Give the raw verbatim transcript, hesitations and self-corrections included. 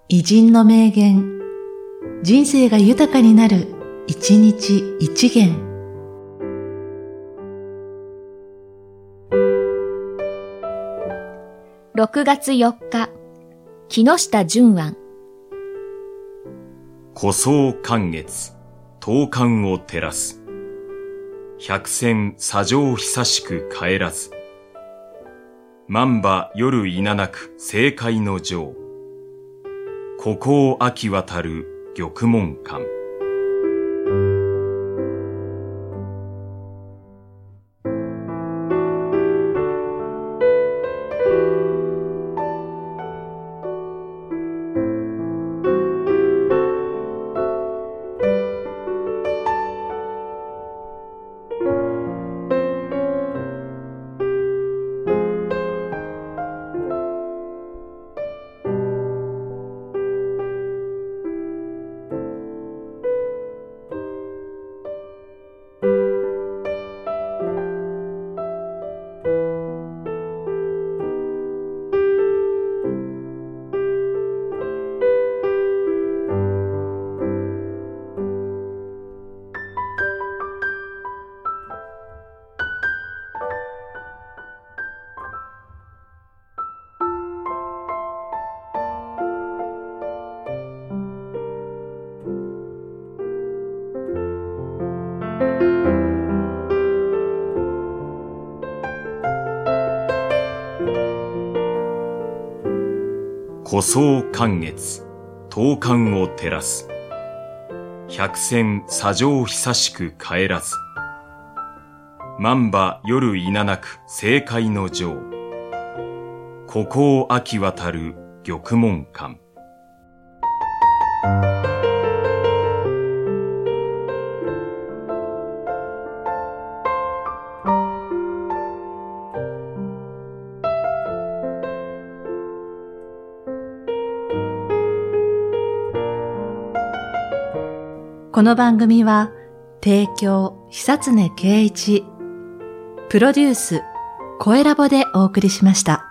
偉人の名言、人生が豊かになる、一日一元。 ろくがつよっか、木下淳庵。 古草寒月、東観を照らす。百戦沙場久しく帰らず。万馬夜稲なく正解の定。孤高秋渡る玉門関。古草寒月、東観を照らす。百戦沙場久しく帰らず。万馬夜稲なく正解の定。孤高秋渡る玉門関。 この番組は提供久常圭一、プロデュース声ラボでお送りしました。